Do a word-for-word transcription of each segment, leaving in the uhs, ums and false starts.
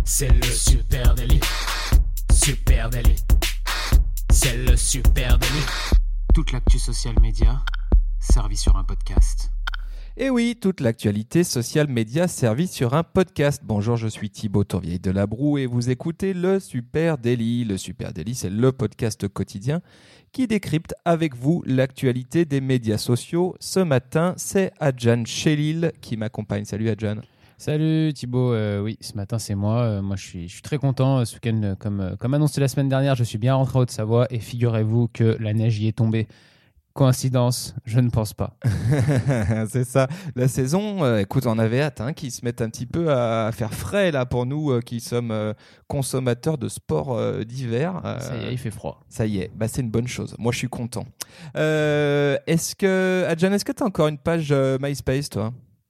C'est le super délit. Super délit. C'est le super délit. Toute l'actu social média servie sur un podcast. Et oui, toute l'actualité social média servie sur un podcast. Bonjour, je suis Thibaut Tourvieille de La Broue et vous écoutez le Super Daily. Le Super Daily, c'est le podcast quotidien qui décrypte avec vous l'actualité des médias sociaux. Ce matin, c'est Adjan Chelil qui m'accompagne. Salut Adjan. Salut Thibaut, euh, oui, ce matin c'est moi. Euh, moi je suis, je suis très content. Euh, ce week-end, euh, comme, euh, comme annoncé la semaine dernière, je suis bien rentré en Haute-Savoie et figurez-vous que la neige y est tombée. Coïncidence, je ne pense pas. C'est ça. La saison, euh, écoute, on avait hâte hein, qu'ils se mettent un petit peu à, à faire frais là pour nous euh, qui sommes euh, consommateurs de sport euh, d'hiver. Euh, Ça y est, il fait froid. Ça y est, bah, c'est une bonne chose. Moi, je suis content. Euh, est-ce que, Adjan, est-ce que tu as encore une page euh, MySpace, toi ?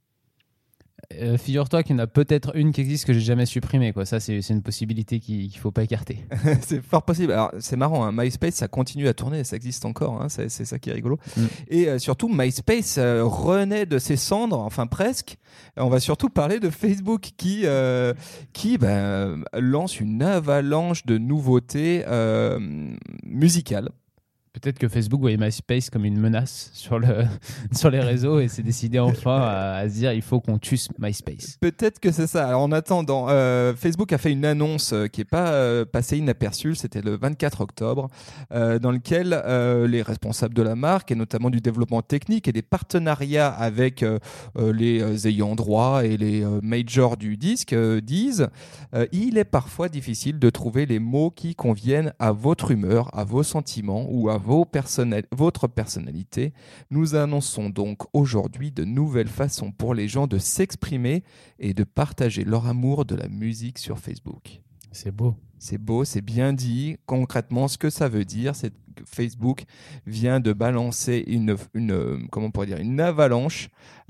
Euh, figure-toi qu'il y en a peut-être une qui existe que j'ai jamais supprimée, quoi. Ça, c'est, c'est une possibilité qu'il ne faut pas écarter. C'est fort possible. Alors, c'est marrant, hein. MySpace, ça continue à tourner, ça existe encore. Hein. C'est, c'est ça qui est rigolo. Mm. Et euh, surtout, MySpace euh, renaît de ses cendres, enfin presque. On va surtout parler de Facebook qui, euh, qui bah, lance une avalanche de nouveautés euh, musicales. Peut-être que Facebook voyait MySpace comme une menace sur, le, sur les réseaux et s'est décidé enfin à, à se dire il faut qu'on tue MySpace. Peut-être que c'est ça. Alors, en attendant, euh, Facebook a fait une annonce euh, qui n'est pas euh, passée inaperçue, c'était le vingt-quatre octobre, euh, dans lequel euh, les responsables de la marque et notamment du développement technique et des partenariats avec euh, euh, les euh, ayants droit et les euh, majors du disque euh, disent euh, il est parfois difficile de trouver les mots qui conviennent à votre humeur, à vos sentiments ou à Vos personnali- votre personnalité. Nous annonçons donc aujourd'hui de nouvelles façons pour les gens de s'exprimer et de partager leur amour de la musique sur Facebook. C'est beau. C'est beau, c'est bien dit. Concrètement, ce que ça veut dire, c'est que Facebook vient de balancer une, une, comment on pourrait dire, une avalanche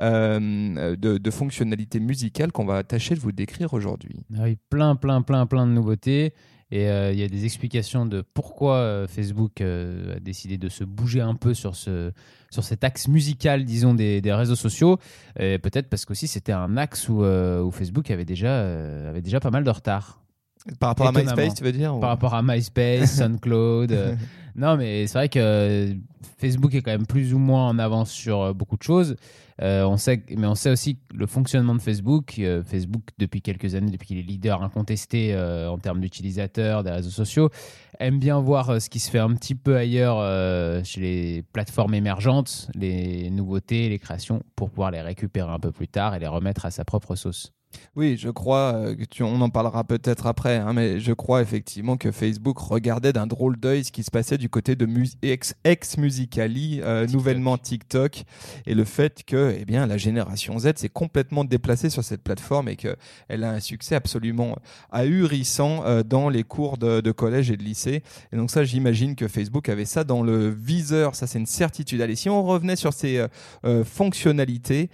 euh, de, de fonctionnalités musicales qu'on va tâcher de vous décrire aujourd'hui. Ah oui, plein, plein, plein, plein de nouveautés. Et il euh, y a des explications de pourquoi euh, Facebook euh, a décidé de se bouger un peu sur, ce, sur cet axe musical, disons, des, des réseaux sociaux. Et peut-être parce qu'aussi c'était un axe où, euh, où Facebook avait déjà, euh, avait déjà pas mal de retard. Par rapport à MySpace, tu veux dire ? Par rapport à MySpace, SoundCloud. euh, non, mais c'est vrai que Facebook est quand même plus ou moins en avance sur euh, beaucoup de choses. Euh, on sait, mais on sait aussi que le fonctionnement de Facebook, euh, Facebook depuis quelques années, depuis qu'il est leader incontesté euh, en termes d'utilisateurs des réseaux sociaux, aime bien voir euh, ce qui se fait un petit peu ailleurs euh, chez les plateformes émergentes, les nouveautés, les créations, pour pouvoir les récupérer un peu plus tard et les remettre à sa propre sauce. Oui, je crois que tu, on en parlera peut-être après, hein, mais je crois effectivement que Facebook regardait d'un drôle d'œil ce qui se passait du côté de mus- ex, ex-Musical.ly, euh, TikTok. nouvellement TikTok, et le fait que eh bien, la génération Z s'est complètement déplacée sur cette plateforme et qu'elle a un succès absolument ahurissant euh, dans les cours de, de collège et de lycée. Et donc ça, j'imagine que Facebook avait ça dans le viseur, ça c'est une certitude. Allez, si on revenait sur ces euh, fonctionnalités,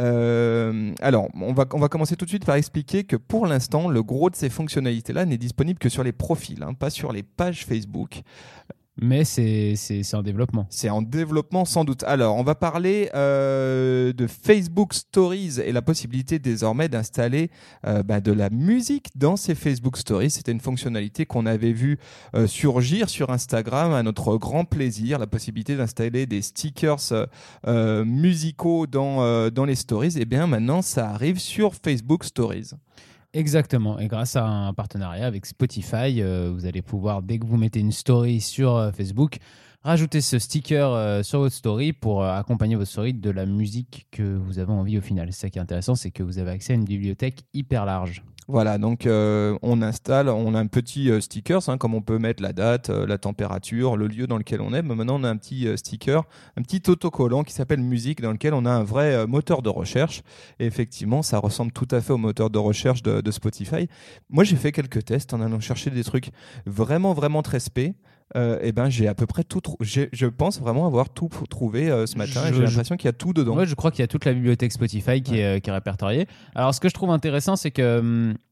euh, alors on va, on va commencer tout de suite par expliquer que pour l'instant, le gros de ces fonctionnalités-là n'est disponible que sur les profils, hein, pas sur les pages Facebook. Mais c'est, c'est, c'est en développement. C'est en développement sans doute. Alors, on va parler euh, de Facebook Stories et la possibilité désormais d'installer euh, bah, de la musique dans ces Facebook Stories. C'était une fonctionnalité qu'on avait vue euh, surgir sur Instagram à notre grand plaisir, la possibilité d'installer des stickers euh, musicaux dans, euh, dans les Stories. Et bien maintenant, ça arrive sur Facebook Stories. Exactement, et grâce à un partenariat avec Spotify, euh, vous allez pouvoir, dès que vous mettez une story sur euh, Facebook, rajouter ce sticker euh, sur votre story pour euh, accompagner votre story de la musique que vous avez envie au final. C'est ça qui est intéressant, c'est que vous avez accès à une bibliothèque hyper large. Voilà, donc euh, on installe, on a un petit euh, sticker, hein, comme on peut mettre la date, euh, la température, le lieu dans lequel on est. Mais maintenant, on a un petit euh, sticker, un petit autocollant qui s'appelle musique, dans lequel on a un vrai euh, moteur de recherche. Et effectivement, ça ressemble tout à fait au moteur de recherche de, de Spotify. Moi, j'ai fait quelques tests en allant chercher des trucs vraiment, vraiment très spé. Euh, et ben j'ai à peu près tout trou- j'ai, je pense vraiment avoir tout trouvé euh, ce matin. Je, et j'ai l'impression qu'il y a tout dedans. Ouais, je crois qu'il y a toute la bibliothèque Spotify qui, ouais. est, euh, qui est répertoriée. Alors ce que je trouve intéressant, c'est que hum,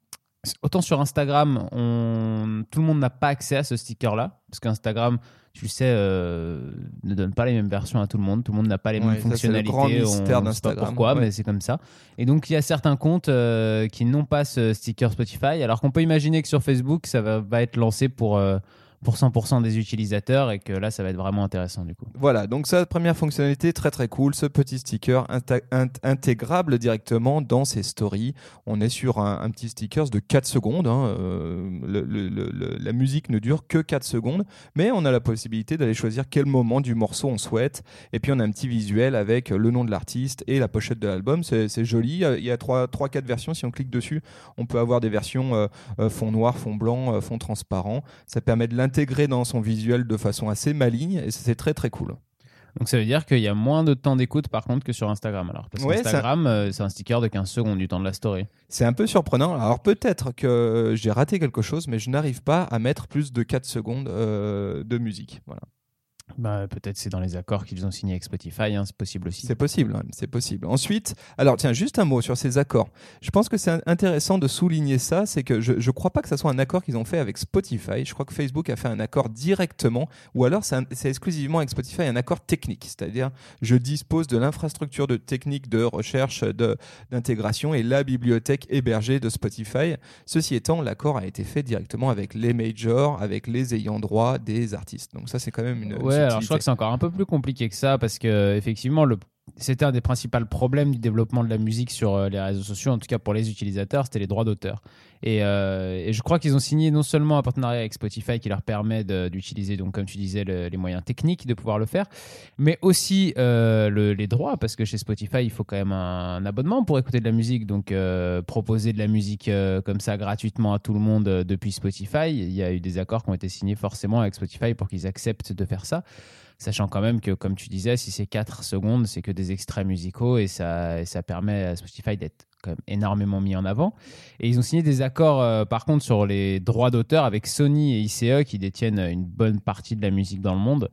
autant sur Instagram, on... tout le monde n'a pas accès à ce sticker-là, parce qu'Instagram, tu le sais, euh, ne donne pas les mêmes versions à tout le monde. Tout le monde n'a pas les ouais, mêmes ça, fonctionnalités. C'est le grand mystère on... d'Instagram. Je sais pas pourquoi, ouais. mais c'est comme ça. Et donc, il y a certains comptes euh, qui n'ont pas ce sticker Spotify, alors qu'on peut imaginer que sur Facebook, ça va, va être lancé pour... Euh, pour cent pour cent des utilisateurs et que là, ça va être vraiment intéressant du coup. Voilà, donc ça, première fonctionnalité très très cool, ce petit sticker inta- int- intégrable directement dans ses stories. On est sur un, un petit sticker de quatre secondes. Hein, euh, le, le, le, la musique ne dure que quatre secondes, mais on a la possibilité d'aller choisir quel moment du morceau on souhaite. Et puis on a un petit visuel avec le nom de l'artiste et la pochette de l'album. C'est, c'est joli. Il y a trois quatre versions. Si on clique dessus, on peut avoir des versions euh, euh, fond noir, fond blanc, euh, fond transparent. Ça permet de l'intégrer intégré dans son visuel de façon assez maligne et c'est très très cool. Donc ça veut dire qu'il y a moins de temps d'écoute par contre que sur Instagram alors. Parce ouais, qu'Instagram, ça... c'est un sticker de quinze secondes du temps de la story. C'est un peu surprenant. Alors peut-être que j'ai raté quelque chose, mais je n'arrive pas à mettre plus de quatre secondes euh, de musique. Voilà. Bah, peut-être c'est dans les accords qu'ils ont signés avec Spotify, hein, c'est possible aussi. C'est possible, hein, c'est possible. Ensuite, alors tiens, juste un mot sur ces accords. Je pense que c'est intéressant de souligner ça, c'est que je ne crois pas que ce soit un accord qu'ils ont fait avec Spotify. Je crois que Facebook a fait un accord directement, ou alors c'est, un, c'est exclusivement avec Spotify un accord technique, c'est-à-dire je dispose de l'infrastructure de technique de recherche, de, d'intégration et la bibliothèque hébergée de Spotify. Ceci étant, l'accord a été fait directement avec les majors, avec les ayants droit des artistes. Donc ça, c'est quand même une... Ouais, alors je crois que c'est encore un peu plus compliqué que ça parce que effectivement le c'était un des principaux problèmes du développement de la musique sur euh, les réseaux sociaux, en tout cas pour les utilisateurs, c'était les droits d'auteur. Et, euh, et je crois qu'ils ont signé non seulement un partenariat avec Spotify qui leur permet de, d'utiliser, donc comme tu disais, le, les moyens techniques de pouvoir le faire, mais aussi euh, le, les droits, parce que chez Spotify, il faut quand même un, un abonnement pour écouter de la musique. Donc euh, proposer de la musique euh, comme ça gratuitement à tout le monde euh, depuis Spotify, il y a eu des accords qui ont été signés forcément avec Spotify pour qu'ils acceptent de faire ça. Sachant quand même que, comme tu disais, si c'est quatre secondes, c'est que des extraits musicaux et ça, et ça permet à Spotify d'être quand même énormément mis en avant. Et ils ont signé des accords, euh, par contre, sur les droits d'auteur avec Sony et I C E qui détiennent une bonne partie de la musique dans le monde.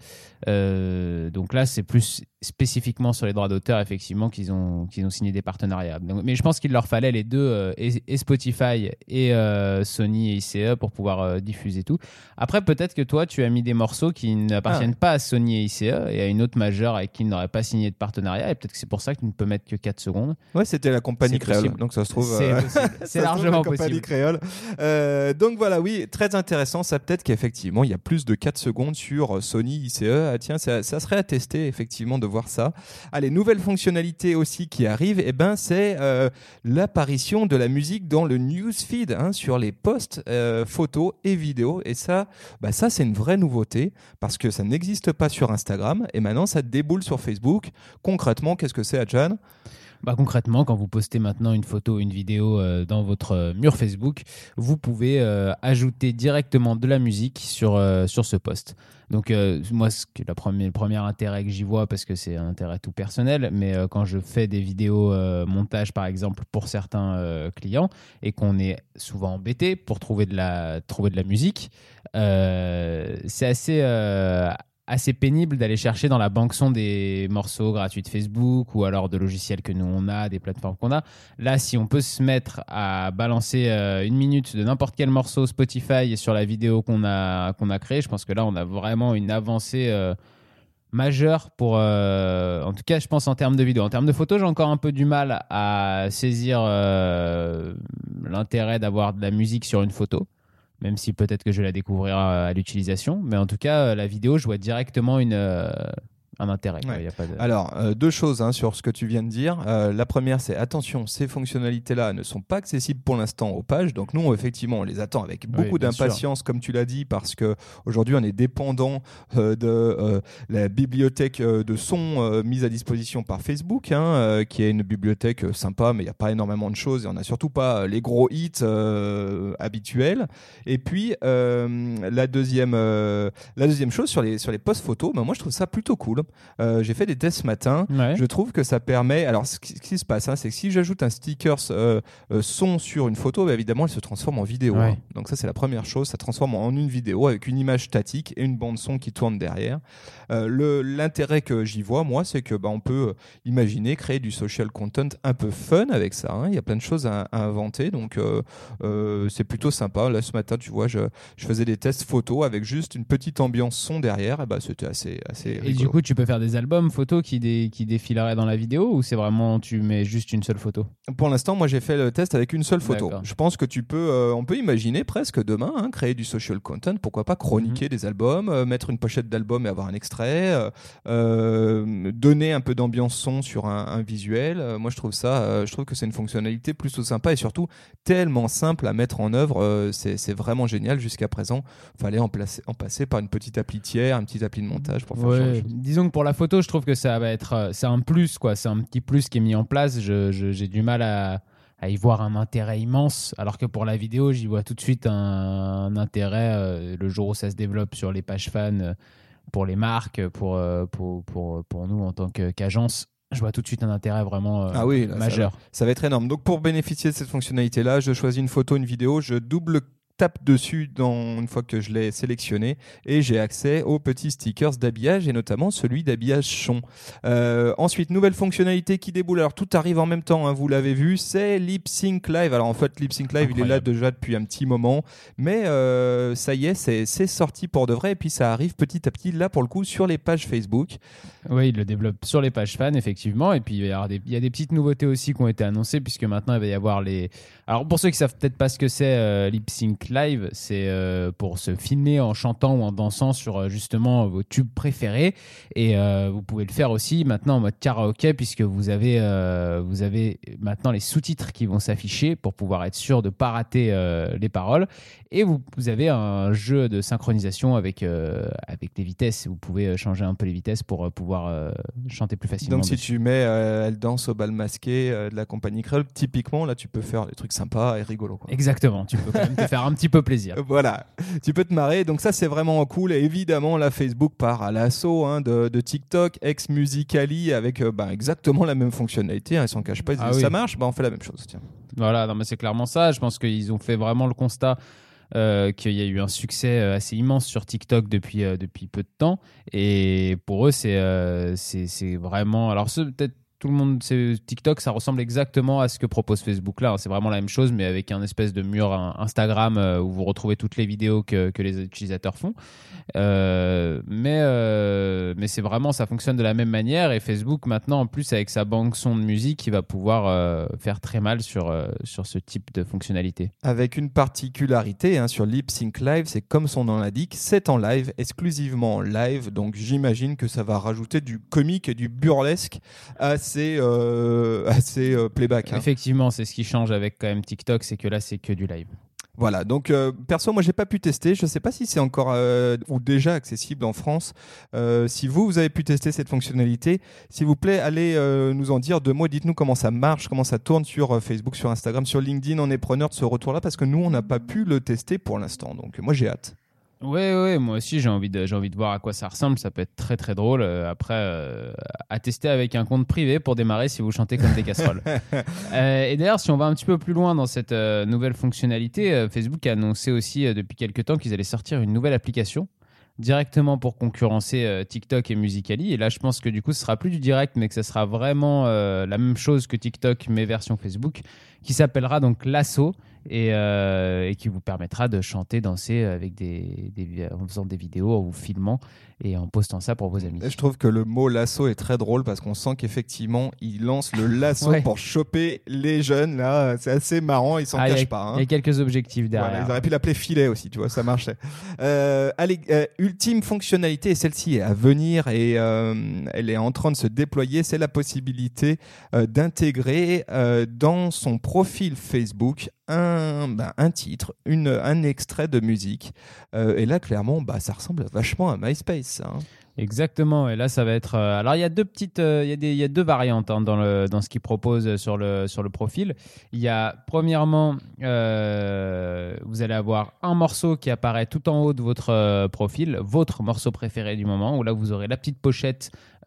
Euh, donc là, c'est plus spécifiquement sur les droits d'auteur, effectivement, qu'ils ont, qu'ils ont signé des partenariats. Donc, mais je pense qu'il leur fallait les deux, euh, et, et Spotify et euh, Sony et I C E pour pouvoir euh, diffuser tout. Après, peut-être que toi, tu as mis des morceaux qui n'appartiennent ah. pas à Sony et I C E et à une autre majeure avec qui ils n'auraient pas signé de partenariat. Et peut-être que c'est pour ça que tu ne peux mettre que quatre secondes. Ouais, c'était la compagnie créole. Donc ça se trouve. C'est, euh... c'est largement possible. possible. Créole. Euh, donc voilà, oui, très intéressant. Ça peut-être qu'effectivement, il y a plus de quatre secondes sur Sony, I C E. Ah, tiens, ça, ça serait à tester, effectivement, de voir ça. Allez, nouvelle fonctionnalité aussi qui arrive, eh ben, c'est euh, l'apparition de la musique dans le newsfeed, hein, sur les posts euh, photos et vidéos. Et ça, bah, ça, c'est une vraie nouveauté parce que ça n'existe pas sur Instagram et maintenant, ça déboule sur Facebook. Concrètement, qu'est-ce que c'est, Adjan ? Bah, concrètement, quand vous postez maintenant une photo ou une vidéo euh, dans votre euh, mur Facebook, vous pouvez euh, ajouter directement de la musique sur, euh, sur ce post. Donc euh, moi, ce que la première, le premier intérêt que j'y vois, parce que c'est un intérêt tout personnel, mais euh, quand je fais des vidéos euh, montage, par exemple, pour certains euh, clients, et qu'on est souvent embêté pour trouver de la, trouver de la musique, euh, c'est assez... Euh, assez pénible d'aller chercher dans la banque son des morceaux gratuits de Facebook ou alors de logiciels que nous on a, des plateformes qu'on a. Là, si on peut se mettre à balancer euh, une minute de n'importe quel morceau Spotify sur la vidéo qu'on a, qu'on a créée, je pense que là, on a vraiment une avancée euh, majeure pour... Euh, en tout cas, je pense en termes de vidéo. En termes de photos, j'ai encore un peu du mal à saisir euh, l'intérêt d'avoir de la musique sur une photo. Même si peut-être que je vais la découvrir à, à l'utilisation. Mais en tout cas, la vidéo, je vois directement une, euh, un intérêt. Ouais. Y a pas de... Alors, euh, deux choses hein, sur ce que tu viens de dire. Euh, la première, c'est attention, ces fonctionnalités-là ne sont pas accessibles pour l'instant aux pages. Donc nous, effectivement, on les attend avec beaucoup oui, d'impatience, sûr. Comme tu l'as dit, parce qu'aujourd'hui, on est dépendant euh, de euh, la bibliothèque euh, de son euh, mise à disposition par Facebook, hein, euh, qui est une bibliothèque euh, sympa, mais il n'y a pas énormément de choses. Et on n'a surtout pas les gros hits euh, habituels. Et puis, euh, la, deuxième, euh, la deuxième chose, sur les, sur les posts photos, ben, moi, je trouve ça plutôt cool. Euh, j'ai fait des tests ce matin. Ouais. Je trouve que ça permet. Alors, ce qui, ce qui se passe, hein, c'est que si j'ajoute un sticker euh, euh, son sur une photo, bah, évidemment, elle se transforme en vidéo. Ouais. Hein. Donc, ça, c'est la première chose. Ça transforme en une vidéo avec une image statique et une bande-son qui tourne derrière. Euh, le, l'intérêt que j'y vois, moi, c'est que bah, on peut imaginer créer du social content un peu fun avec ça. Hein. Il y a plein de choses à, à inventer. Donc, euh, euh, c'est plutôt sympa. Là, ce matin, tu vois, je, je faisais des tests photos avec juste une petite ambiance son derrière. Et bah, c'était assez, assez Et rigolo. du coup, tu peux faire des albums photos qui, dé, qui défileraient dans la vidéo ou c'est vraiment tu mets juste une seule photo? Pour l'instant, moi, j'ai fait le test avec une seule photo. D'accord. Je pense que tu peux, euh, on peut imaginer presque demain hein, créer du social content. Pourquoi pas chroniquer Mm-hmm. des albums, euh, mettre une pochette d'album et avoir un extrait, euh, euh, donner un peu d'ambiance son sur un, un visuel. Euh, moi, je trouve ça, euh, je trouve que c'est une fonctionnalité plutôt sympa et surtout tellement simple à mettre en œuvre. Euh, c'est, c'est vraiment génial. Jusqu'à présent, fallait en, placer, en passer par une petite appli tiers, un petit appli de montage pour faire Ouais. ce genre de choses. Disons que pour la photo, je trouve que ça va être, euh, c'est un plus quoi. C'est un petit plus qui est mis en place. Je, je, j'ai du mal à à y voir un intérêt immense, alors que pour la vidéo, j'y vois tout de suite un, un intérêt euh, le jour où ça se développe sur les pages fans, euh, pour les marques, pour, euh, pour, pour, pour nous en tant que, qu'agence. Je vois tout de suite un intérêt vraiment euh, Ah oui, là, majeur. Ça va, ça va être énorme. Donc pour bénéficier de cette fonctionnalité-là, je choisis une photo, une vidéo, je double tape dessus dans, une fois que je l'ai sélectionné et j'ai accès aux petits stickers d'habillage et notamment celui d'habillage son. Euh, ensuite, nouvelle fonctionnalité qui déboule. Alors tout arrive en même temps, hein, vous l'avez vu, c'est Lip Sync Live. Alors en fait, Lip Sync Live, Incroyable. il est là déjà depuis un petit moment, mais euh, ça y est, c'est, c'est sorti pour de vrai et puis ça arrive petit à petit là pour le coup sur les pages Facebook. Oui, il le développe sur les pages fans, effectivement. Et puis, il y, a des, il y a des petites nouveautés aussi qui ont été annoncées, puisque maintenant, il va y avoir les... Alors, pour ceux qui ne savent peut-être pas ce que c'est, euh, Lip Sync Live, c'est euh, pour se filmer en chantant ou en dansant sur, euh, justement, vos tubes préférés. Et euh, vous pouvez le faire aussi maintenant en mode karaoké, puisque vous avez, euh, vous avez maintenant les sous-titres qui vont s'afficher pour pouvoir être sûr de ne pas rater euh, les paroles. Et vous, vous avez un jeu de synchronisation avec, euh, avec les vitesses. Vous pouvez changer un peu les vitesses pour euh, pouvoir euh, chanter plus facilement. Donc si dessus. tu mets euh, Elle danse au bal masqué euh, de la compagnie Créole, typiquement là tu peux faire des trucs sympas et rigolos. Quoi. Exactement, tu peux quand même te faire un petit peu plaisir. Voilà, tu peux te marrer. Donc ça c'est vraiment cool. Et évidemment là Facebook part à l'assaut hein, de, de TikTok, ex-Musical.ly avec euh, bah, exactement la même fonctionnalité. Hein, ils s'en cachent pas, ils disent Ah oui. ça marche, bah, on fait la même chose. Tiens. Voilà, non, mais c'est clairement ça. Je pense qu'ils ont fait vraiment le constat euh, qu'il y a eu un succès assez immense sur TikTok depuis, euh, depuis peu de temps. Et pour eux, c'est, euh, c'est, c'est vraiment... Alors, ce, peut-être tout le monde, c'est, TikTok, ça ressemble exactement à ce que propose Facebook là. C'est vraiment la même chose, mais avec un espèce de mur Instagram euh, où vous retrouvez toutes les vidéos que, que les utilisateurs font. Euh, mais, euh, mais c'est vraiment, ça fonctionne de la même manière. Et Facebook, maintenant, en plus, avec sa banque son de musique, il va pouvoir euh, faire très mal sur, euh, sur ce type de fonctionnalité. Avec une particularité hein, sur Lip Sync Live, c'est comme son nom l'indique, c'est en live, exclusivement en live. Donc j'imagine que ça va rajouter du comique et du burlesque assez, euh, assez euh, playback. Hein. Effectivement, c'est ce qui change avec quand même TikTok, c'est que là, c'est que du live. Voilà, donc euh, perso, moi j'ai pas pu tester. Je sais pas si c'est encore euh, ou déjà accessible en France. Euh, si vous, vous avez pu tester cette fonctionnalité, s'il vous plaît, allez euh, nous en dire deux mots. Dites-nous comment ça marche, comment ça tourne sur euh, Facebook, sur Instagram, sur LinkedIn. On est preneur de ce retour-là parce que nous, on n'a pas pu le tester pour l'instant. Donc moi j'ai hâte. Ouais, ouais, moi aussi j'ai envie de, j'ai envie de voir à quoi ça ressemble. Ça peut être très très drôle. Euh, après, euh, à tester avec un compte privé pour démarrer si vous chantez comme des casseroles. euh, et d'ailleurs, si on va un petit peu plus loin dans cette euh, nouvelle fonctionnalité, euh, Facebook a annoncé aussi euh, depuis quelques temps qu'ils allaient sortir une nouvelle application directement pour concurrencer euh, TikTok et Musical.ly. Et là, je pense que du coup, ce sera plus du direct, mais que ce sera vraiment euh, la même chose que TikTok, mais version Facebook, qui s'appellera donc Lasso. Et, euh, et qui vous permettra de chanter, danser avec des, des, en faisant des vidéos, en vous filmant et en postant ça pour vos amis. Je trouve que le mot lasso est très drôle parce qu'on sent qu'effectivement, il lance le lasso ouais. pour choper les jeunes. Là, c'est assez marrant, il s'en ah, cache y a, pas. Hein. Il y a quelques objectifs derrière. Voilà, ils auraient pu l'appeler filet aussi, tu vois, ça marchait. Euh, allez, euh, ultime fonctionnalité, et celle-ci est à venir et euh, elle est en train de se déployer, c'est la possibilité euh, d'intégrer euh, dans son profil Facebook un, bah, un titre, une, un extrait de musique. Euh, et là, clairement, bah, ça ressemble vachement à MySpace. Hein. Exactement. Et là, ça va être. Euh, alors, il y a deux petites, euh, il y a des, il y a deux variantes hein, dans le dans ce qu'ils proposent sur le sur le profil. Il y a premièrement, euh, vous allez avoir un morceau qui apparaît tout en haut de votre euh, profil, votre morceau préféré du moment, où là vous aurez la petite pochette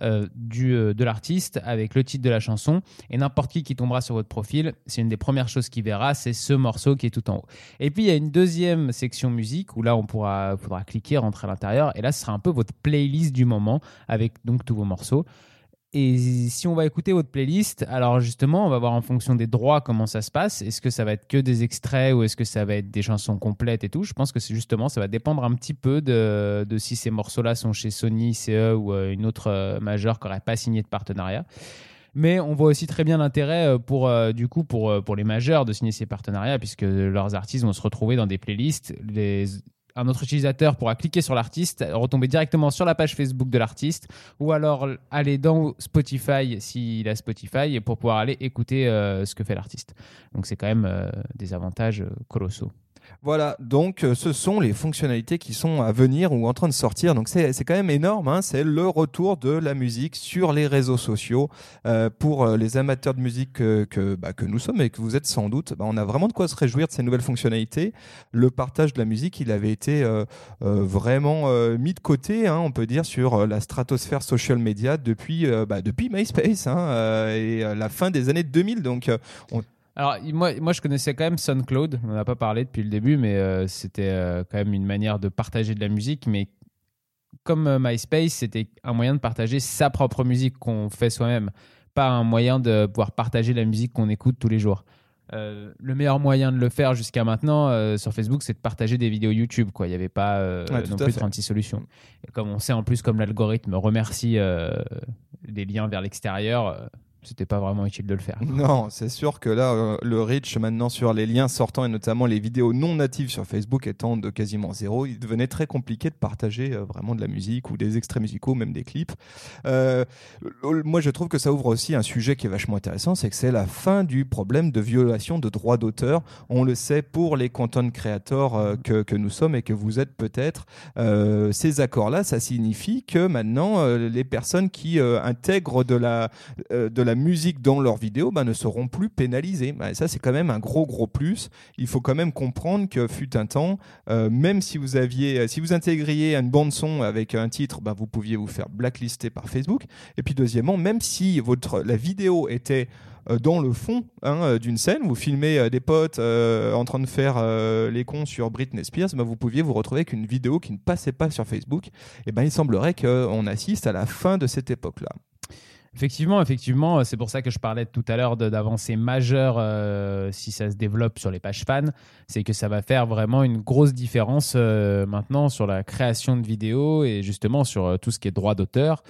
euh, du, euh, de l'artiste avec le titre de la chanson, et n'importe qui qui tombera sur votre profil, c'est une des premières choses qu'il verra, c'est ce morceau qui est tout en haut. Et puis il y a une deuxième section musique où là on pourra, faudra cliquer, rentrer à l'intérieur, et là ce sera un peu votre playlist du moment avec donc tous vos morceaux. Et si on va écouter votre playlist, alors justement, on va voir en fonction des droits comment ça se passe. Est-ce que ça va être que des extraits ou est-ce que ça va être des chansons complètes et tout? Je pense que c'est justement, ça va dépendre un petit peu de, de si ces morceaux-là sont chez Sony, C E ou euh, une autre euh, majeure qui n'aurait pas signé de partenariat. Mais on voit aussi très bien l'intérêt pour, euh, du coup, pour, pour les majeurs de signer ces partenariats puisque leurs artistes vont se retrouver dans des playlists. Les un autre utilisateur pourra cliquer sur l'artiste, retomber directement sur la page Facebook de l'artiste ou alors aller dans Spotify s'il a Spotify pour pouvoir aller écouter euh, ce que fait l'artiste. Donc c'est quand même euh, des avantages euh, colossaux. Voilà, donc euh, ce sont les fonctionnalités qui sont à venir ou en train de sortir. Donc c'est, c'est quand même énorme, hein. C'est le retour de la musique sur les réseaux sociaux. Euh, pour euh, les amateurs de musique que, que, bah, que nous sommes et que vous êtes sans doute, bah, on a vraiment de quoi se réjouir de ces nouvelles fonctionnalités. Le partage de la musique, il avait été euh, euh, vraiment euh, mis de côté, hein, on peut dire, sur euh, la stratosphère social media depuis, euh, bah, depuis MySpace hein, euh, et euh, la fin des années deux mille. Donc euh, on Alors, moi, moi, je connaissais quand même SoundCloud. On n'en a pas parlé depuis le début, mais euh, c'était euh, quand même une manière de partager de la musique. Mais comme euh, MySpace, c'était un moyen de partager sa propre musique qu'on fait soi-même, pas un moyen de pouvoir partager la musique qu'on écoute tous les jours. Euh, le meilleur moyen de le faire jusqu'à maintenant euh, sur Facebook, c'est de partager des vidéos YouTube, quoi. Il n'y avait pas euh, Ouais, non tout à plus fait. trente-six solutions. Et comme on sait en plus, comme l'algorithme remercie euh, les liens vers l'extérieur, euh, c'était pas vraiment utile de le faire. Non, c'est sûr que là, euh, le reach maintenant sur les liens sortants et notamment les vidéos non natives sur Facebook étant de quasiment zéro, il devenait très compliqué de partager euh, vraiment de la musique ou des extraits musicaux, même des clips. Euh, moi, je trouve que ça ouvre aussi un sujet qui est vachement intéressant, c'est que c'est la fin du problème de violation de droits d'auteur. On le sait pour les content creators euh, que, que nous sommes et que vous êtes peut-être. Euh, ces accords-là, ça signifie que maintenant, euh, les personnes qui euh, intègrent de la, euh, de la musique dans leurs vidéos bah, ne seront plus pénalisées. Bah, ça, c'est quand même un gros, gros plus. Il faut quand même comprendre que fut un temps, euh, même si vous aviez, si vous intégriez une bande-son avec un titre, bah, vous pouviez vous faire blacklister par Facebook. Et puis, deuxièmement, même si votre, la vidéo était euh, dans le fond hein, d'une scène, vous filmez euh, des potes euh, en train de faire euh, les cons sur Britney Spears, bah, vous pouviez vous retrouver avec une vidéo qui ne passait pas sur Facebook. Et ben, il semblerait qu'on assiste à la fin de cette époque-là. Effectivement, effectivement, c'est pour ça que je parlais tout à l'heure de, d'avancées majeures euh, si ça se développe sur les pages fans. C'est que ça va faire vraiment une grosse différence euh, maintenant sur la création de vidéos et justement sur euh, tout ce qui est droit d'auteur.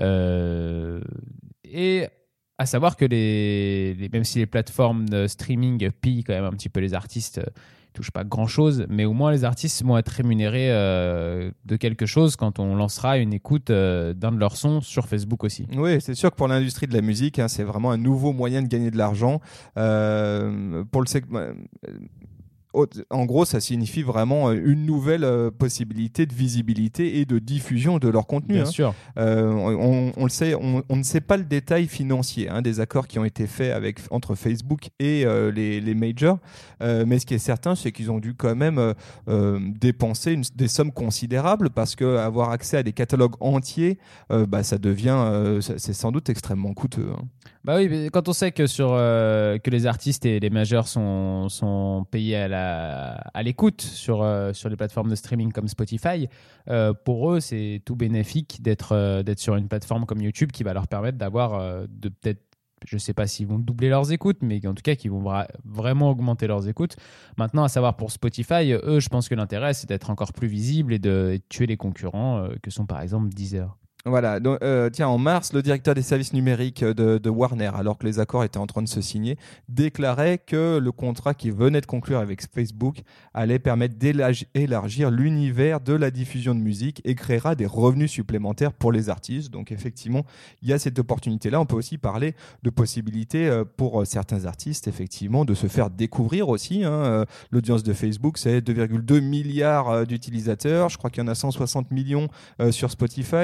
Euh, et à savoir que les, les, même si les plateformes de streaming pillent quand même un petit peu les artistes, euh, touche pas grand chose, mais au moins les artistes vont être rémunérés euh, de quelque chose quand on lancera une écoute euh, d'un de leurs sons sur Facebook aussi. Oui, c'est sûr que pour l'industrie de la musique, hein, c'est vraiment un nouveau moyen de gagner de l'argent. Euh, pour le segment. En gros, ça signifie vraiment une nouvelle euh, possibilité de visibilité et de diffusion de leur contenu. Bien hein. sûr. Euh, on, on le sait, on, on ne sait pas le détail financier hein, des accords qui ont été faits avec, entre Facebook et euh, les, les majors, euh, mais ce qui est certain, c'est qu'ils ont dû quand même euh, euh, dépenser une, des sommes considérables parce qu'avoir accès à des catalogues entiers, euh, bah, ça devient, euh, c'est sans doute extrêmement coûteux. Hein. Bah oui, mais quand on sait que, sur, euh, que les artistes et les majors sont, sont payés à la à l'écoute sur, euh, sur les plateformes de streaming comme Spotify, euh, pour eux, c'est tout bénéfique d'être, euh, d'être sur une plateforme comme YouTube qui va leur permettre d'avoir, euh, de peut-être, je ne sais pas s'ils vont doubler leurs écoutes, mais en tout cas, qui vont vra- vraiment augmenter leurs écoutes. Maintenant, à savoir pour Spotify, eux, je pense que l'intérêt, c'est d'être encore plus visible et de, et de tuer les concurrents euh, que sont par exemple Deezer. Voilà, donc, euh, tiens, en mars, le directeur des services numériques de, de Warner, alors que les accords étaient en train de se signer, déclarait que le contrat qu'il venait de conclure avec Facebook allait permettre d'élargir l'univers de la diffusion de musique et créera des revenus supplémentaires pour les artistes. Donc effectivement, il y a cette opportunité-là. On peut aussi parler de possibilités pour certains artistes, effectivement, de se faire découvrir aussi. Hein. L'audience de Facebook, c'est deux virgule deux milliards d'utilisateurs. Je crois qu'il y en a cent soixante millions sur Spotify et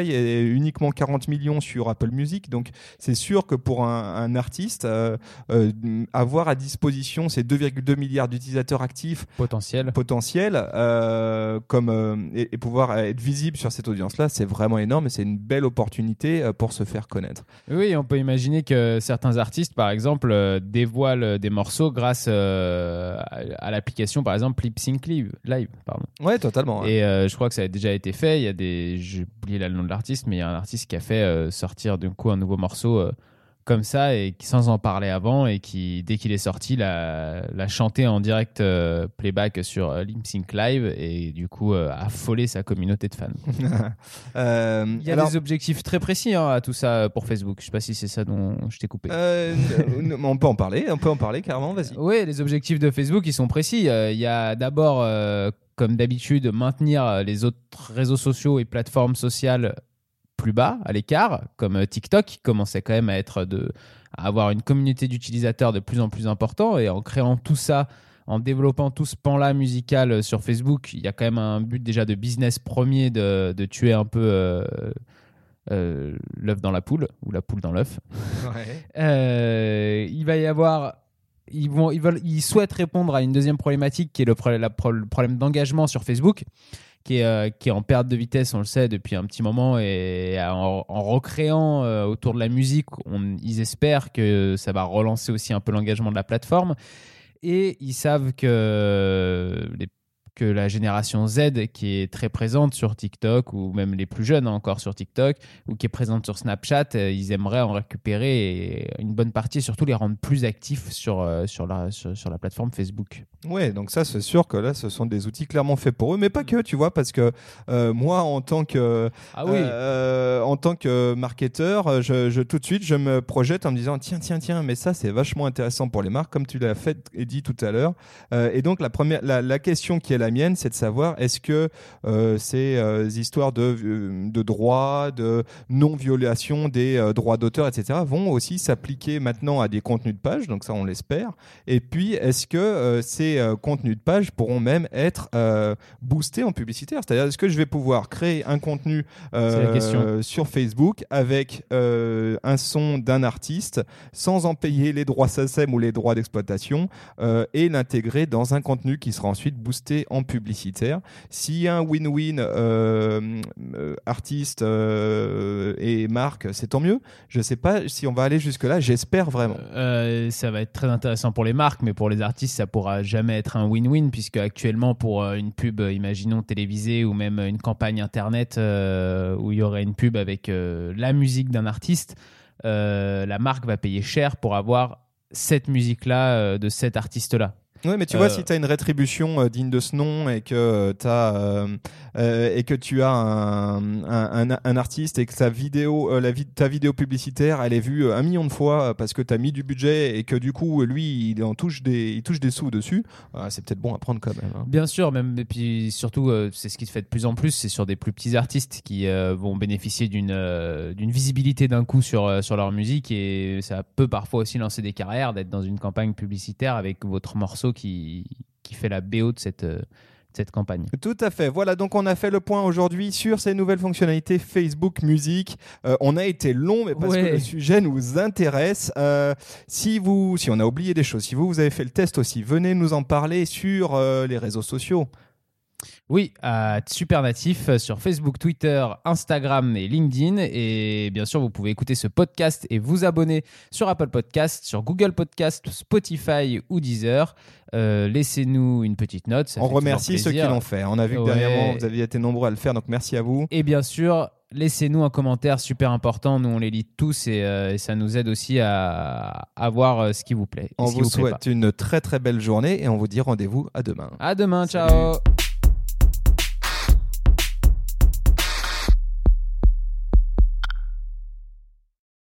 uniquement quarante millions sur Apple Music. Donc, c'est sûr que pour un, un artiste, euh, euh, avoir à disposition ces deux virgule deux milliards d'utilisateurs actifs potentiels, potentiels euh, comme, euh, et, et pouvoir être visible sur cette audience-là, c'est vraiment énorme et c'est une belle opportunité euh, pour se faire connaître. Oui, on peut imaginer que certains artistes, par exemple, euh, dévoilent des morceaux grâce euh, à, à l'application, par exemple, Lip Sync Live. live pardon. Ouais, totalement. Ouais. Et euh, je crois que ça a déjà été fait. Il y a des, j'ai oublié le nom de l'artiste, mais il y a un artiste qui a fait euh, sortir d'un coup un nouveau morceau euh, comme ça et qui, sans en parler avant, et qui, dès qu'il est sorti, l'a, l'a chanté en direct euh, playback sur euh, Lip Sync Live, et du coup euh, affolé sa communauté de fans. euh, Il y a alors... des objectifs très précis hein, à tout ça pour Facebook. Je sais pas si c'est ça dont je t'ai coupé. Euh, on peut en parler, on peut en parler carrément, vas-y. Oui, les objectifs de Facebook, ils sont précis. Euh, il y a d'abord, euh, comme d'habitude, maintenir les autres réseaux sociaux et plateformes sociales plus bas, à l'écart, comme TikTok, qui commençait quand même à, être de, à avoir une communauté d'utilisateurs de plus en plus important. Et en créant tout ça, en développant tout ce pan-là musical sur Facebook, il y a quand même un but déjà de business premier de, de tuer un peu euh, euh, l'œuf dans la poule, ou la poule dans l'œuf. Ouais. Euh, il va y avoir... Ils, vont, ils, veulent, ils souhaitent répondre à une deuxième problématique qui est le, pro- la pro- le problème d'engagement sur Facebook, qui est, euh, qui est en perte de vitesse, on le sait, depuis un petit moment. Et en, en recréant euh, autour de la musique, on, ils espèrent que ça va relancer aussi un peu l'engagement de la plateforme. Et ils savent que, les, que la génération Z, qui est très présente sur TikTok, ou même les plus jeunes hein, encore sur TikTok, ou qui est présente sur Snapchat, euh, ils aimeraient en récupérer une bonne partie et surtout les rendre plus actifs sur, euh, sur, la, sur, sur la plateforme Facebook. Ouais, donc ça, c'est sûr que là, ce sont des outils clairement faits pour eux, mais pas que, tu vois, parce que euh, moi, en tant que, ah oui. euh, en tant que marketeur, je, je, tout de suite, je me projette en me disant, tiens, tiens, tiens, mais ça, c'est vachement intéressant pour les marques, comme tu l'as fait et dit tout à l'heure. Euh, et donc, la, première, la, la question qui est la mienne, c'est de savoir, est-ce que euh, ces euh, histoires de, de droits, de non-violation des euh, droits d'auteur, et cetera, vont aussi s'appliquer maintenant à des contenus de page, donc ça, on l'espère. Et puis, est-ce que euh, ces euh, contenus de page pourront même être euh, boostés en publicitaire? C'est-à-dire, est-ce que je vais pouvoir créer un contenu euh, sur Facebook avec euh, un son d'un artiste sans en payer les droits S A C E M ou les droits d'exploitation euh, et l'intégrer dans un contenu qui sera ensuite boosté en publicitaire? S'il y a un win-win euh, euh, artiste euh, et marque, c'est tant mieux. Je ne sais pas si on va aller jusque-là, j'espère vraiment. Euh, ça va être très intéressant pour les marques, mais pour les artistes, ça pourra jamais être un win-win, puisque actuellement pour euh, une pub, euh, imaginons télévisée, ou même une campagne internet euh, où il y aurait une pub avec euh, la musique d'un artiste, euh, la marque va payer cher pour avoir cette musique-là euh, de cet artiste-là. Oui, mais tu euh... vois, si tu as une rétribution euh, digne de ce nom et que, euh, t'as, euh, euh, et que tu as un, un, un, un artiste et que sa vidéo, euh, la vi- ta vidéo publicitaire, elle est vue euh, un million de fois parce que tu as mis du budget et que du coup, lui, il en touche des, il touche des sous dessus, euh, c'est peut-être bon à prendre quand même. Hein. Bien sûr, même, et puis surtout, euh, c'est ce qui se fait de plus en plus, c'est sur des plus petits artistes qui euh, vont bénéficier d'une, euh, d'une visibilité d'un coup sur, euh, sur leur musique, et ça peut parfois aussi lancer des carrières d'être dans une campagne publicitaire avec votre morceau Qui, qui fait la B O de cette, de cette campagne. Tout à fait. Voilà, donc on a fait le point aujourd'hui sur ces nouvelles fonctionnalités Facebook Music. Euh, on a été long, mais parce ouais. que le sujet nous intéresse. Euh, si vous, si on a oublié des choses, si vous, vous avez fait le test aussi, venez nous en parler sur euh, les réseaux sociaux. Oui, à Supernatif sur Facebook, Twitter, Instagram et LinkedIn. Et bien sûr, vous pouvez écouter ce podcast et vous abonner sur Apple Podcast, sur Google Podcast, Spotify ou Deezer. Euh, laissez-nous une petite note. Ça On fait remercie ceux qui l'ont fait. On a vu que ouais. dernièrement, vous aviez été nombreux à le faire, donc merci à vous. Et bien sûr, laissez-nous un commentaire super important. Nous, on les lit tous et, euh, et ça nous aide aussi à, à voir euh, ce qui vous plaît. On ce qui vous, vous souhaite plaît une très très belle journée et on vous dit rendez-vous à demain. À demain, Salut. ciao.